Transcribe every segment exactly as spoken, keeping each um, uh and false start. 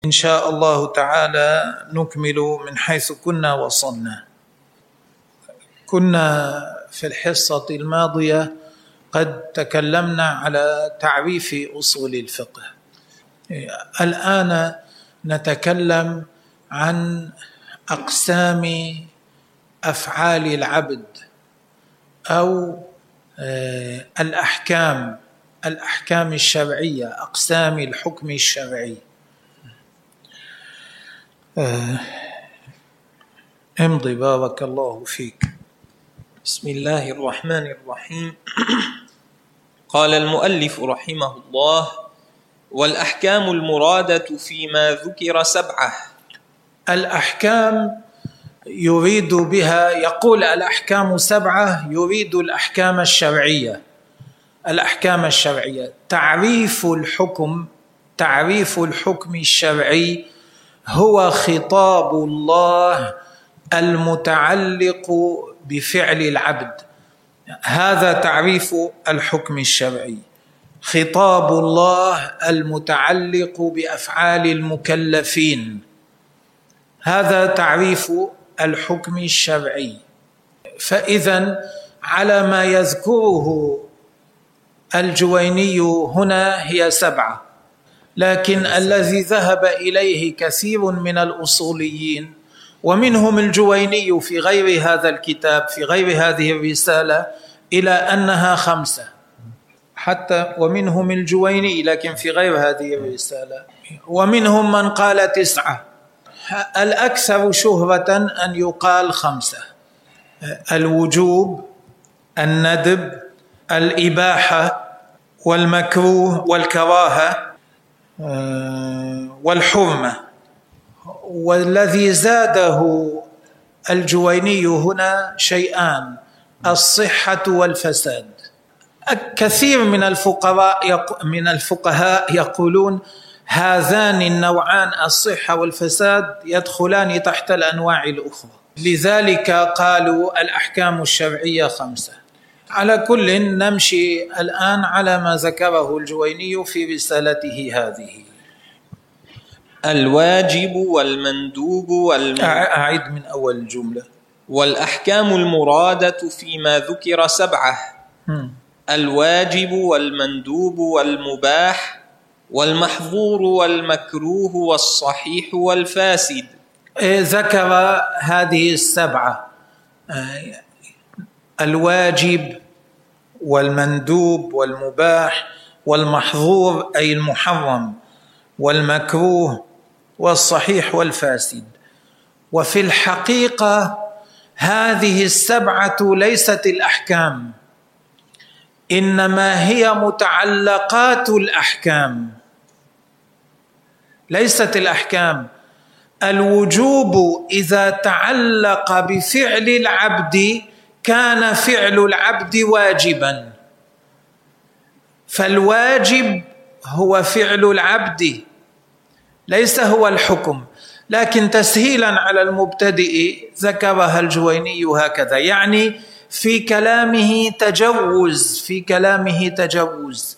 إن شاء الله تعالى نكمل من حيث كنا وصلنا. كنا في الحصة الماضية قد تكلمنا على تعريف أصول الفقه. الآن نتكلم عن أقسام أفعال العبد أو الأحكام الأحكام الشرعية، أقسام الحكم الشرعي. امضي بارك الله فيك. بسم الله الرحمن الرحيم. قال المؤلف رحمه الله: والأحكام المرادة فيما ذكر سبعة. الأحكام يريد بها، يقول الأحكام سبعة، يريد الأحكام الشرعية. الأحكام الشرعية تعريف الحكم تعريف الحكم الشرعي هو خطاب الله المتعلق بفعل العبد. هذا تعريف الحكم الشرعي، خطاب الله المتعلق بأفعال المكلفين. هذا تعريف الحكم الشرعي. فإذن على ما يذكره الجويني هنا هي سبعة، لكن الذي ذهب إليه كثير من الأصوليين ومنهم الجويني في غير هذا الكتاب، في غير هذه الرسالة، إلى أنها خمسة، حتى ومنهم الجويني لكن في غير هذه الرسالة، ومنهم من قال تسعة. الأكثر شهرة أن يقال خمسة: الوجوب، الندب، الإباحة، والمكروه، والكراهة، والحرمة. والذي زاده الجويني هنا شيئان: الصحة والفساد. كثير من الفقهاء من الفقهاء يقولون هذان النوعان الصحة والفساد يدخلان تحت الأنواع الأخرى، لذلك قالوا الأحكام الشرعية خمسة. على كل نمشي الآن على ما ذكره الجويني في رسالته هذه. الواجب والمندوب والم... أعيد من أول الجملة. والأحكام المرادة فيما ذكر سبعة: م. الواجب والمندوب والمباح والمحظور والمكروه والصحيح والفاسد. ذكر هذه السبعة: الواجب والمندوب والمباح والمحظور أي المحرم والمكروه والصحيح والفاسد. وفي الحقيقة هذه السبعة ليست الأحكام، إنما هي متعلقات الأحكام، ليست الأحكام. الوجوب إذا تعلق بفعل العبد كان فعل العبد واجبا، فالواجب هو فعل العبد ليس هو الحكم. لكن تسهيلا على المبتدئ ذكرها الجويني هكذا، يعني في كلامه تجوز في كلامه تجوز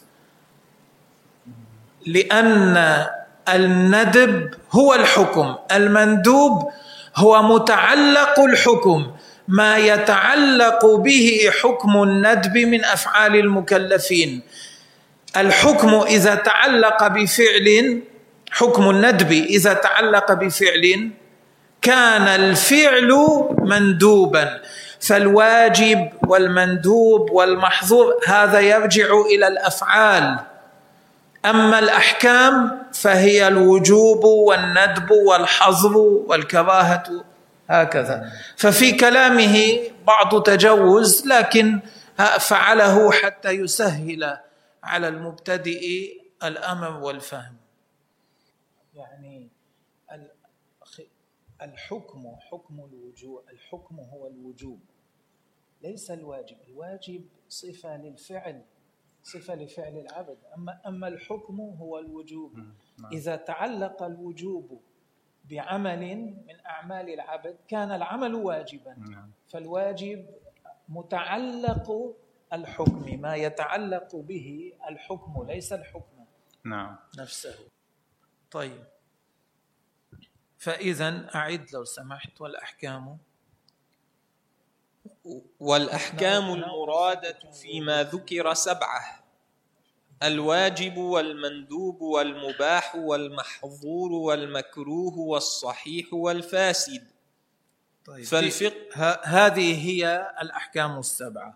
لأن الندب هو الحكم، المندوب هو متعلق الحكم، ما يتعلق به حكم الندب من أفعال المكلفين. الحكم إذا تعلق بفعل، حكم الندب إذا تعلق بفعل كان الفعل مندوبا، فالواجب والمندوب والمحظور هذا يرجع إلى الأفعال. أما الأحكام فهي الوجوب والندب والحظر والكراهة، هكذا. ففي كلامه بعض تجوز، لكن فعله حتى يسهل على المبتدئ الأمر والفهم. يعني الحكم حكم الوجوب، الحكم هو الوجوب ليس الواجب. الواجب صفة للفعل، صفة لفعل العبد. أما أما الحكم هو الوجوب. إذا تعلق الوجوب بعمل من أعمال العبد كان العمل واجبا، فالواجب متعلق الحكم، ما يتعلق به الحكم ليس الحكم نعم نفسه. طيب، فإذا أعد لو سمحت. والأحكام والأحكام المرادة فيما ذكر سبعة: الواجب والمندوب والمباح والمحظور والمكروه والصحيح والفاسد. طيب فالفقه هذه هي الأحكام السبعة.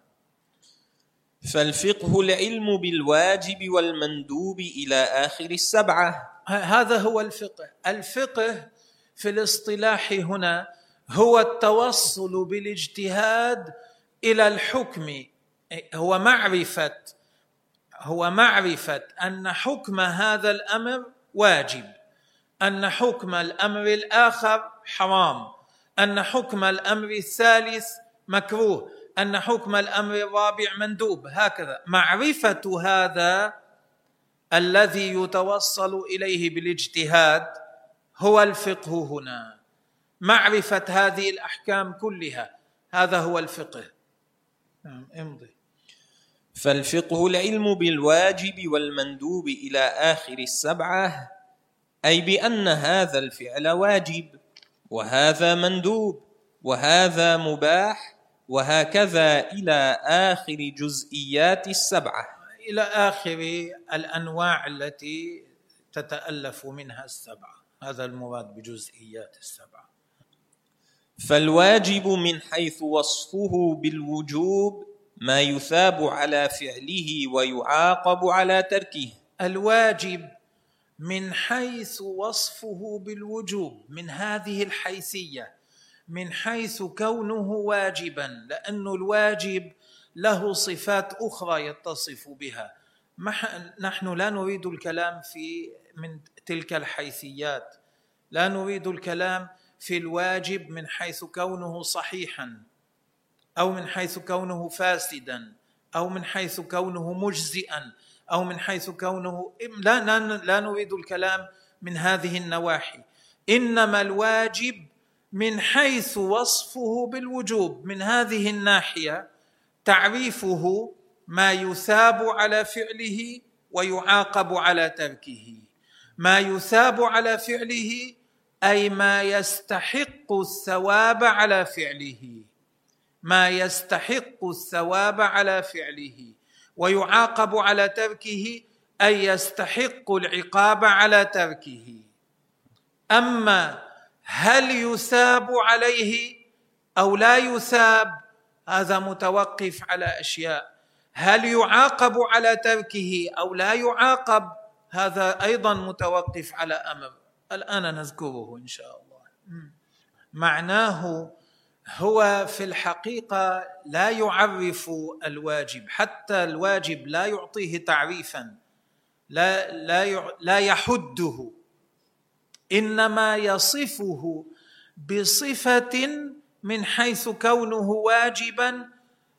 فالفقه العلم بالواجب والمندوب إلى آخر السبعة. هذا هو الفقه. الفقه في الاصطلاح هنا هو التوصل بالاجتهاد إلى الحكم، هو معرفة هو معرفة أن حكم هذا الأمر واجب، أن حكم الأمر الآخر حرام، أن حكم الأمر الثالث مكروه، أن حكم الأمر الرابع مندوب، هكذا. معرفة هذا الذي يتوصل إليه بالاجتهاد هو الفقه هنا، معرفة هذه الأحكام كلها، هذا هو الفقه. نعم امضي. فالفقه العلم بالواجب والمندوب إلى آخر السبعة، أي بأن هذا الفعل واجب وهذا مندوب وهذا مباح وهكذا إلى آخر جزئيات السبعة، إلى آخر الأنواع التي تتألف منها السبعة، هذا المراد بجزئيات السبعة. فالواجب من حيث وصفه بالوجوب ما يثاب على فعله ويعاقب على تركه. الواجب من حيث وصفه بالوجوب، من هذه الحيثية، من حيث كونه واجبا، لأن الواجب له صفات أخرى يتصف بها. نحن لا نريد الكلام في من تلك الحيثيات، لا نريد الكلام في الواجب من حيث كونه صحيحا أو من حيث كونه فاسدا أو من حيث كونه مجزئا أو من حيث كونه لا, لا, لا نريد الكلام من هذه النواحي، إنما الواجب من حيث وصفه بالوجوب، من هذه الناحية تعريفه ما يثاب على فعله ويعاقب على تركه. ما يثاب على فعله أي ما يستحق الثواب على فعله، ما يستحق الثواب على فعله، ويعاقب على تركه أي يستحق العقاب على تركه. أما هل يثاب عليه أو لا يثاب هذا متوقف على أشياء، هل يعاقب على تركه أو لا يعاقب هذا أيضا متوقف على أمر الآن نذكره إن شاء الله. معناه هو في الحقيقة لا يعرف الواجب، حتى الواجب لا يعطيه تعريفا، لا, لا, لا يحده، إنما يصفه بصفة من حيث كونه واجبا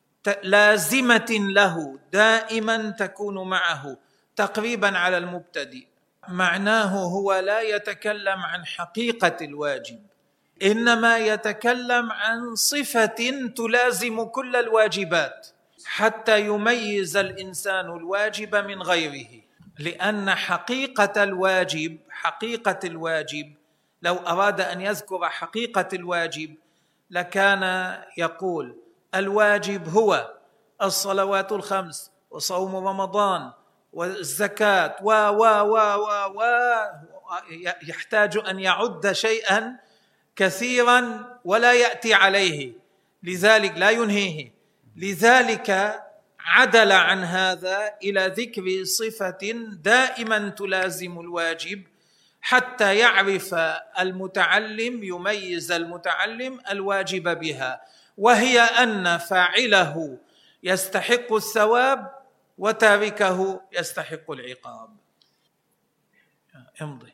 لازمة له دائما تكون معه تقريبا على المبتدئ. معناه هو لا يتكلم عن حقيقة الواجب، إنما يتكلم عن صفة تلازم كل الواجبات حتى يميز الإنسان الواجب من غيره. لأن حقيقة الواجب حقيقة الواجب لو أراد أن يذكر حقيقة الواجب لكان يقول الواجب هو الصلوات الخمس وصوم رمضان والزكاة و و و و و يحتاج أن يعد شيئا كثيرا ولا يأتي عليه، لذلك لا ينهيه، لذلك عدل عن هذا إلى ذكر صفة دائما تلازم الواجب حتى يعرف المتعلم، يميز المتعلم الواجب بها، وهي أن فاعله يستحق الثواب وتاركه يستحق العقاب. امضي.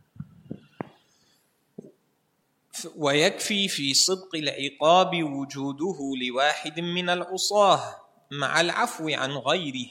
ويكفي في صدق العقاب وجوده لواحد من العصاة مع العفو عن غيره،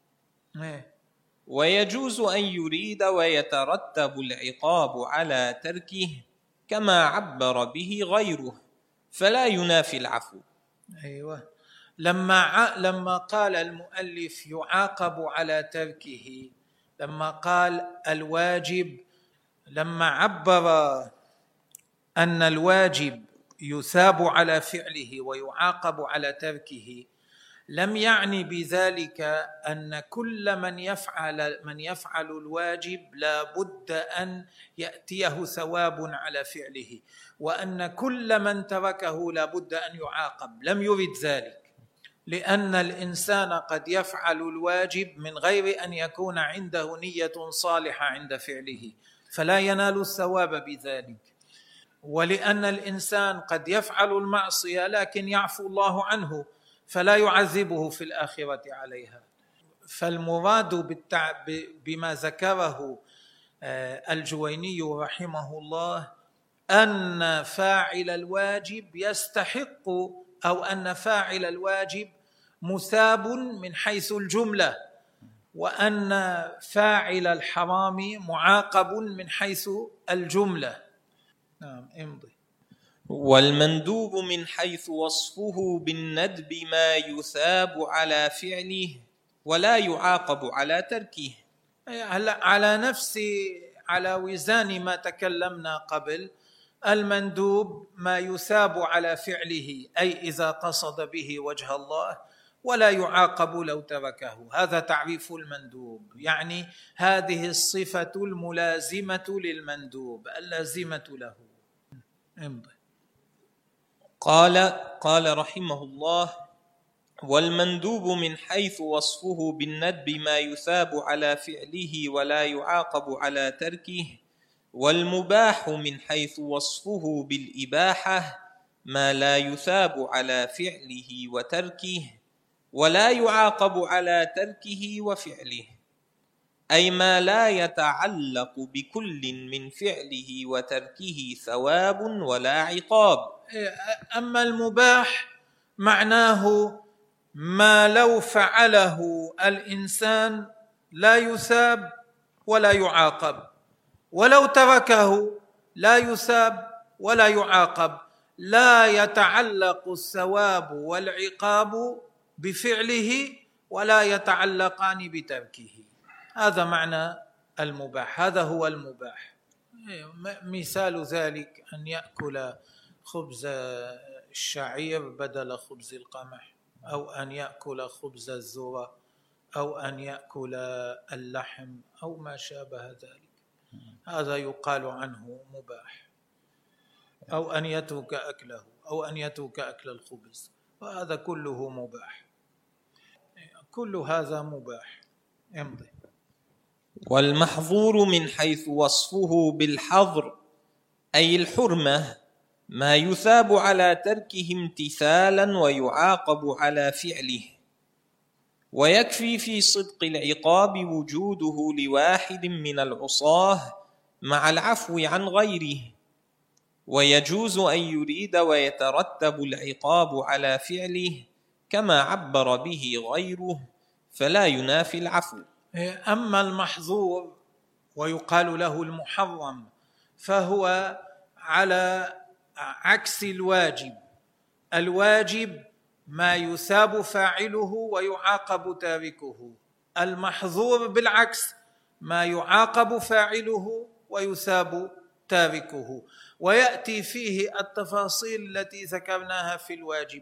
ويجوز أن يريد ويترتب العقاب على تركه كما عبر به غيره، فلا ينافي العفو. أيوة. لما ع... لما قال المؤلف يعاقب على تركه، لما قال الواجب، لما عبر أن الواجب يثاب على فعله ويعاقب على تركه، لم يعني بذلك أن كل من يفعل من يفعل الواجب لا بد أن يأتيه ثواب على فعله، وأن كل من تركه لا بد أن يعاقب. لم يرد ذلك، لأن الإنسان قد يفعل الواجب من غير أن يكون عنده نية صالحة عند فعله فلا ينال الثواب بذلك، ولأن الإنسان قد يفعل المعصية لكن يعفو الله عنه فلا يعذبه في الآخرة عليها. فالمراد بالتع... بما ذكره الجويني رحمه الله أن فاعل الواجب يستحق، أو أن فاعل الواجب مثاب من حيث الجملة، وأن فاعل الحرام معاقب من حيث الجملة. نعم امضي. والمندوب من حيث وصفه بالندب ما يثاب على فعله ولا يعاقب على تركه. هلا على نفس على وزان ما تكلمنا قبل، المندوب ما يثاب على فعله أي إذا قصد به وجه الله، ولا يعاقب لو تركه. هذا تعريف المندوب، يعني هذه الصفة الملازمة للمندوب اللازمة له. امضي. قال قال رحمه الله: والمندوب من حيث وصفه بالندب ما يثاب على فعله ولا يعاقب على تركه، والمباح من حيث وصفه بالإباحة ما لا يثاب على فعله وتركه ولا يعاقب على تركه وفعله، أي ما لا يتعلق بكل من فعله وتركه ثواب ولا عقاب. أما المباح معناه ما لو فعله الإنسان لا يثاب ولا يعاقب، ولو تركه لا يثاب ولا يعاقب، لا يتعلق الثواب والعقاب بفعله ولا يتعلقان بتركه. هذا معنى المباح، هذا هو المباح. مثال ذلك أن يأكل خبز الشعير بدل خبز القمح، أو أن يأكل خبز الذرة، أو أن يأكل اللحم، أو ما شابه ذلك، هذا يقال عنه مباح. أو أن يترك أكله، أو أن يترك أكل الخبز، وهذا كله مباح، كل هذا مباح. امضي. والمحظور من حيث وصفه بالحظر أي الحرمة ما يثاب على تركه امتثالا ويعاقب على فعله، ويكفي في صدق العقاب وجوده لواحد من العصاة مع العفو عن غيره، ويجوز أن يريد ويترتب العقاب على فعله كما عبر به غيره فلا ينافي العفو. أما المحظور ويقال له المحرم فهو على عكس الواجب. الواجب ما يثاب فاعله ويعاقب تاركه، المحظور بالعكس ما يعاقب فاعله ويثاب تاركه، ويأتي فيه التفاصيل التي ذكرناها في الواجب.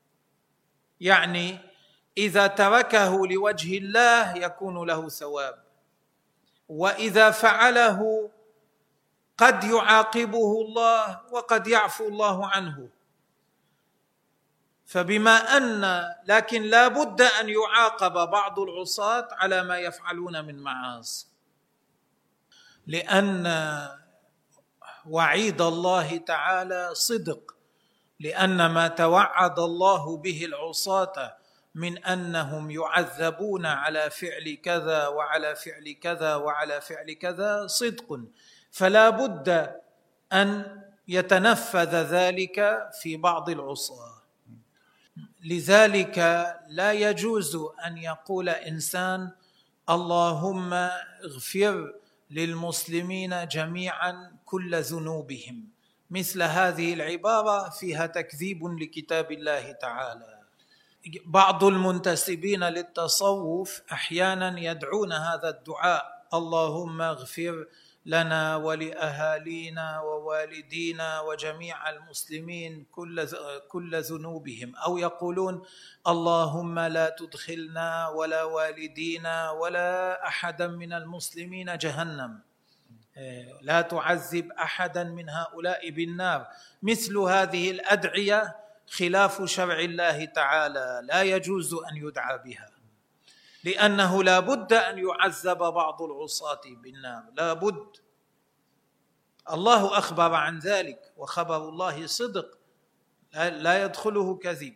يعني إذا تركه لوجه الله يكون له ثواب، وإذا فعله قد يعاقبه الله وقد يعفو الله عنه. فبما أن لكن لا بد أن يعاقب بعض العصاة على ما يفعلون من معاصي، لأن وعيد الله تعالى صدق، لأن ما توعد الله به العصاة من أنهم يعذبون على فعل كذا وعلى فعل كذا وعلى فعل كذا صدق، فلا بد أن يتنفذ ذلك في بعض العصاة. لذلك لا يجوز أن يقول إنسان اللهم اغفر للمسلمين جميعا كل ذنوبهم، مثل هذه العبارة فيها تكذيب لكتاب الله تعالى. بعض المنتسبين للتصوف أحيانا يدعون هذا الدعاء اللهم اغفر لنا ولأهالينا ووالدينا وجميع المسلمين كل كل ذنوبهم، أو يقولون اللهم لا تدخلنا ولا والدينا ولا أحدا من المسلمين جهنم، لا تعذب أحدا من هؤلاء بالنار. مثل هذه الأدعية خلاف شرع الله تعالى، لا يجوز أن يدعى بها، لأنه لا بد أن يعذب بعض العصاة بالنار، لا بد. الله أخبر عن ذلك، وخبر الله صدق لا يدخله كذب.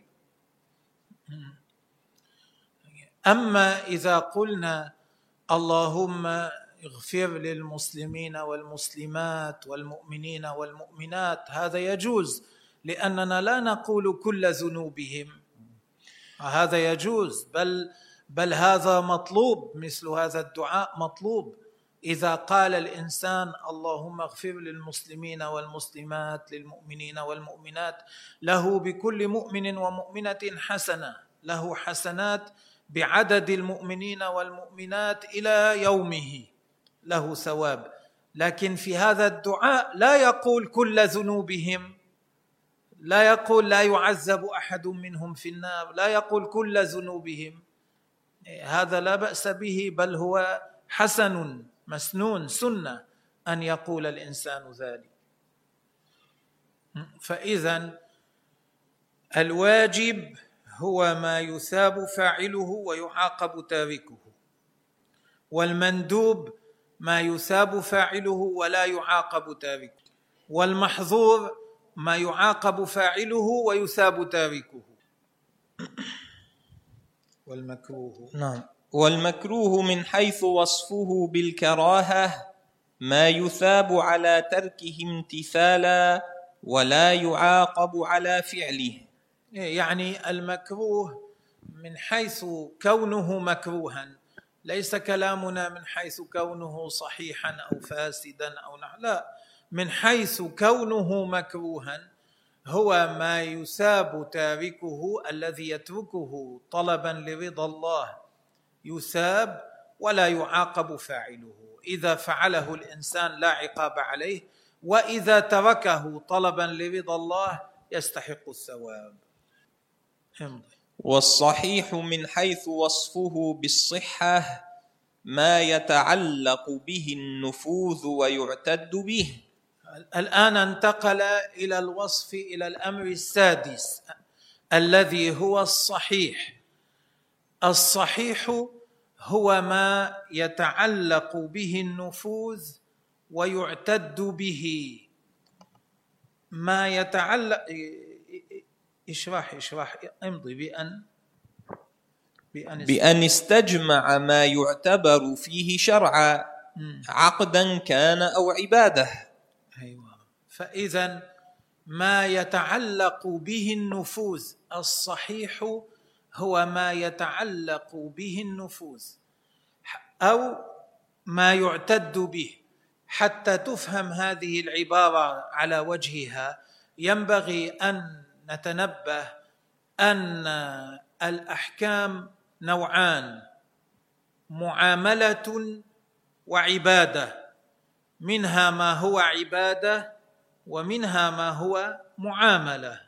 أما إذا قلنا اللهم اغفر للمسلمين والمسلمات والمؤمنين والمؤمنات، هذا يجوز، لأننا لا نقول كل ذنوبهم، هذا يجوز، بل بل هذا مطلوب، مثل هذا الدعاء مطلوب. إذا قال الإنسان اللهم اغفر للمسلمين والمسلمات للمؤمنين والمؤمنات، له بكل مؤمن ومؤمنة حسنة، له حسنات بعدد المؤمنين والمؤمنات إلى يومه، له ثواب. لكن في هذا الدعاء لا يقول كل ذنوبهم، لا يقول لا يعذب أحد منهم في النار، لا يقول كل ذنوبهم، هذا لا بأس به، بل هو حسن مسنون سنة أن يقول الإنسان ذلك. فإذن الواجب هو ما يثاب فاعله ويعاقب تاركه، والمندوب ما يثاب فاعله ولا يعاقب تاركه، والمحظور ما يعاقب فاعله ويثاب تاركه. والمكروه نعم. والمكروه من حيث وصفه بالكراهة ما يثاب على تركه امتثالا ولا يعاقب على فعله. يعني المكروه من حيث كونه مكروها، ليس كلامنا من حيث كونه صحيحا أو فاسدا أو نحو، لا، من حيث كونه مكروها هو ما يثاب تاركه، الذي يتركه طلبا لرضا الله يثاب ولا يعاقب فاعله، إذا فعله الإنسان لا عقاب عليه، وإذا تركه طلبا لرضا الله يستحق الثواب. والصحيح من حيث وصفه بالصحة ما يتعلق به النفوذ ويعتد به. الآن انتقل إلى الوصف، إلى الأمر السادس الذي هو الصحيح. الصحيح هو ما يتعلق به النفوذ ويعتد به، ما يتعلق، اشرح اشرح امضي بأن بأن, بأن استجمع ما يعتبر فيه شرعا عقدا كان أو عبادة. أيوة. فإذا ما يتعلق به النفوذ، الصحيح هو ما يتعلق به النفوذ أو ما يعتد به. حتى تفهم هذه العبارة على وجهها ينبغي أن نتنبه أن الأحكام نوعان: معاملة وعبادة، منها ما هو عبادة ومنها ما هو معاملة.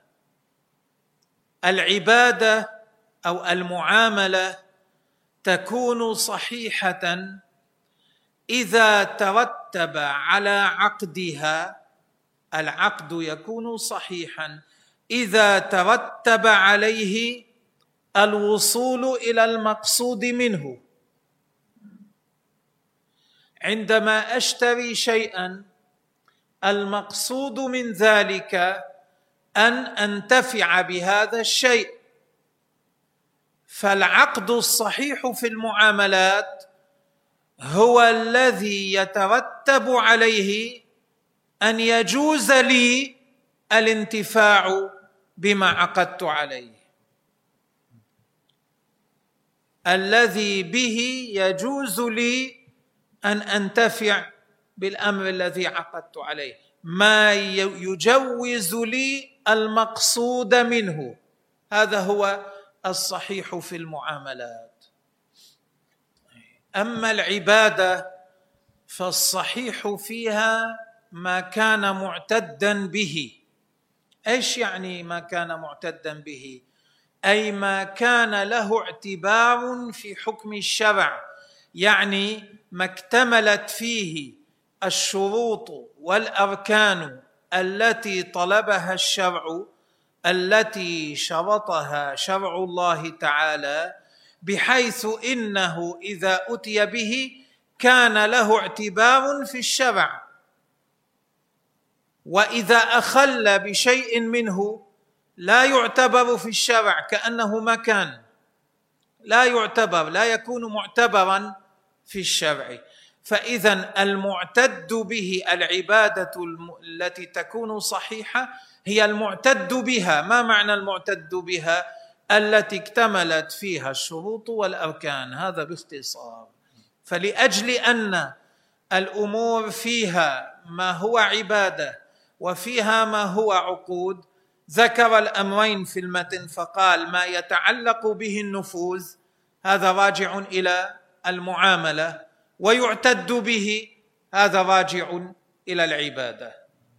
العبادة أو المعاملة تكون صحيحة إذا ترتب على عقدها، العقد يكون صحيحا إذا ترتب عليه الوصول إلى المقصود منه. عندما أشتري شيئا المقصود من ذلك أن أنتفع بهذا الشيء، فالعقد الصحيح في المعاملات هو الذي يترتب عليه أن يجوز لي الانتفاع بما عقدت عليه، الذي به يجوز لي أن أنتفع بالأمر الذي عقدت عليه، ما يجوز لي المقصود منه، هذا هو الصحيح في المعاملات. أما العبادة فالصحيح فيها ما كان معتدا به. ايش يعني ما كان معتدا به؟ اي ما كان له اعتبار في حكم الشرع، يعني ما اكتملت فيه الشروط والاركان التي طلبها الشرع، التي شرطها شرع الله تعالى، بحيث انه اذا اتي به كان له اعتبار في الشرع، واذا اخل بشيء منه لا يعتبر في الشرع، كانه ما كان، لا يعتبر، لا يكون معتبرا في الشرع. فاذا المعتد به العباده التي تكون صحيحه هي المعتد بها. ما معنى المعتد بها؟ التي اكتملت فيها الشروط والاركان، هذا باختصار. فلاجل ان الامور فيها ما هو عباده وفيها ما هو عقود، ذكر الامرين في المتن، فقال ما يتعلق به النفوذ هذا راجع الى المعامله، ويعتد به هذا راجع الى العباده.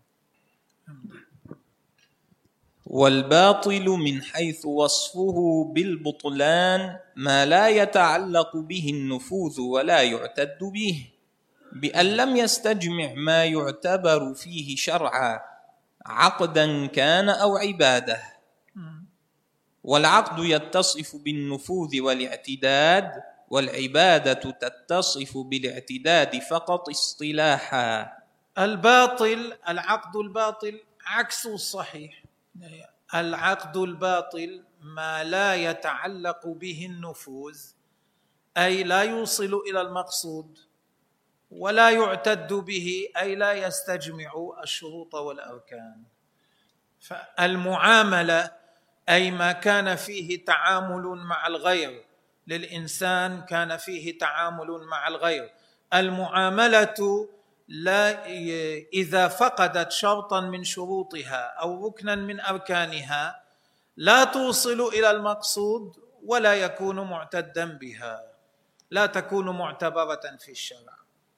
والباطل من حيث وصفه بالبطلان ما لا يتعلق به النفوذ ولا يعتد به، بأن لم يستجمع ما يعتبر فيه شرعا عقدا كان أو عبادة. والعقد يتصف بالنفوذ والاعتداد، والعبادة تتصف بالاعتداد فقط اصطلاحا. الباطل، العقد الباطل عكس الصحيح. العقد الباطل ما لا يتعلق به النفوذ، أي لا يوصل إلى المقصود، ولا يعتد به، أي لا يستجمع الشروط والأركان. فالمعاملة أي ما كان فيه تعامل مع الغير، للإنسان كان فيه تعامل مع الغير. المعاملة لا إذا فقدت شرطا من شروطها أو ركنا من أركانها لا توصل إلى المقصود ولا يكون معتدا بها، لا تكون معتبرة في الشرع.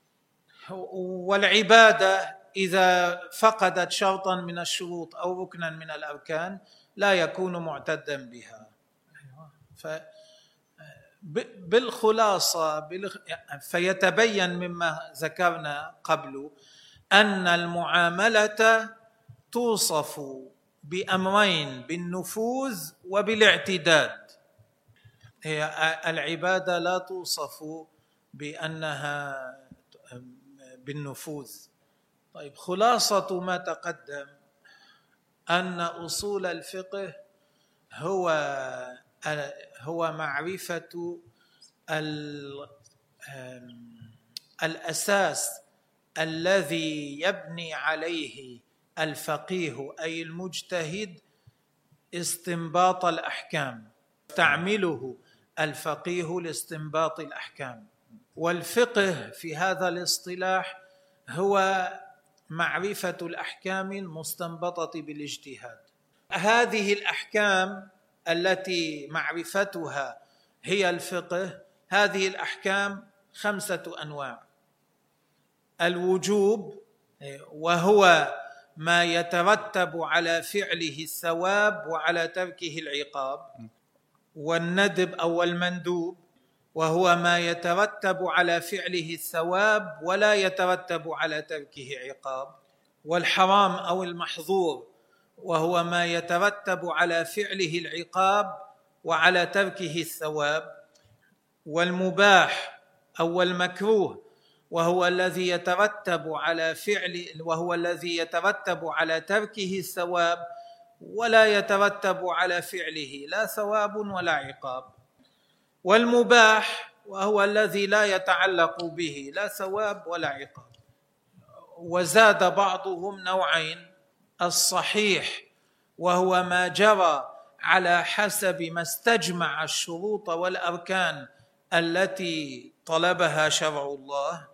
والعبادة إذا فقدت شرطا من الشروط أو ركنا من الأركان لا يكون معتدا بها. بالخلاصة فيتبين مما ذكرنا قبل أن المعاملة توصف بأمرين، بالنفوذ وبالاعتداد. هي العبادة لا توصف بأنها بالنفوذ. طيب، خلاصة ما تقدم أن أصول الفقه هو هو معرفة الأساس الذي يبني عليه الفقيه أي المجتهد استنباط الأحكام، تعمله الفقيه لاستنباط الأحكام. والفقه في هذا الاصطلاح هو معرفة الأحكام المستنبطة بالاجتهاد. هذه الأحكام التي معرفتها هي الفقه، هذه الأحكام خمسة أنواع. الوجوب، وهو ما يترتب على فعله الثواب وعلى تركه العقاب. والندب أو المندوب، وهو ما يترتب على فعله الثواب ولا يترتب على تركه عقاب. والحرام أو المحظور، وهو ما يترتب على فعله العقاب وعلى تركه الثواب. والمباح أو المكروه، وهو الذي يترتب على فعل وهو الذي يترتب على تركه الثواب ولا يترتب على فعله لا ثواب ولا عقاب. والمباح، وهو الذي لا يتعلق به لا ثواب ولا عقاب. وزاد بعضهم نوعين: الصحيح، وهو ما جرى على حسب ما استجمع الشروط والأركان التي طلبها شرع الله.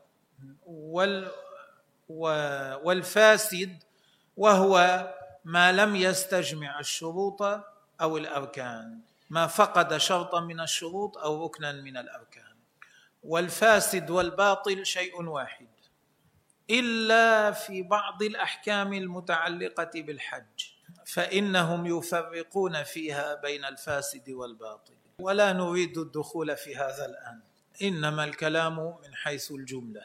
والفاسد، وهو ما لم يستجمع الشروط أو الأركان، ما فقد شرطا من الشروط أو ركنا من الأركان. والفاسد والباطل شيء واحد. إلا في بعض الأحكام المتعلقة بالحج، فإنهم يفرقون فيها بين الفاسد والباطل، ولا نريد الدخول في هذا الآن، إنما الكلام من حيث الجملة.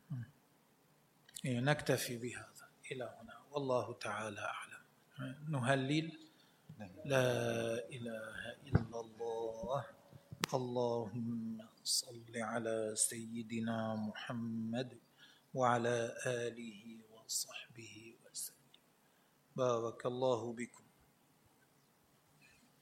نكتفي بهذا إلى هنا، والله تعالى أعلم. نهلل لا إله إلا الله. اللهم صل على سيدنا محمد وعلى آله وصحبه وسلم. بارك الله بكم.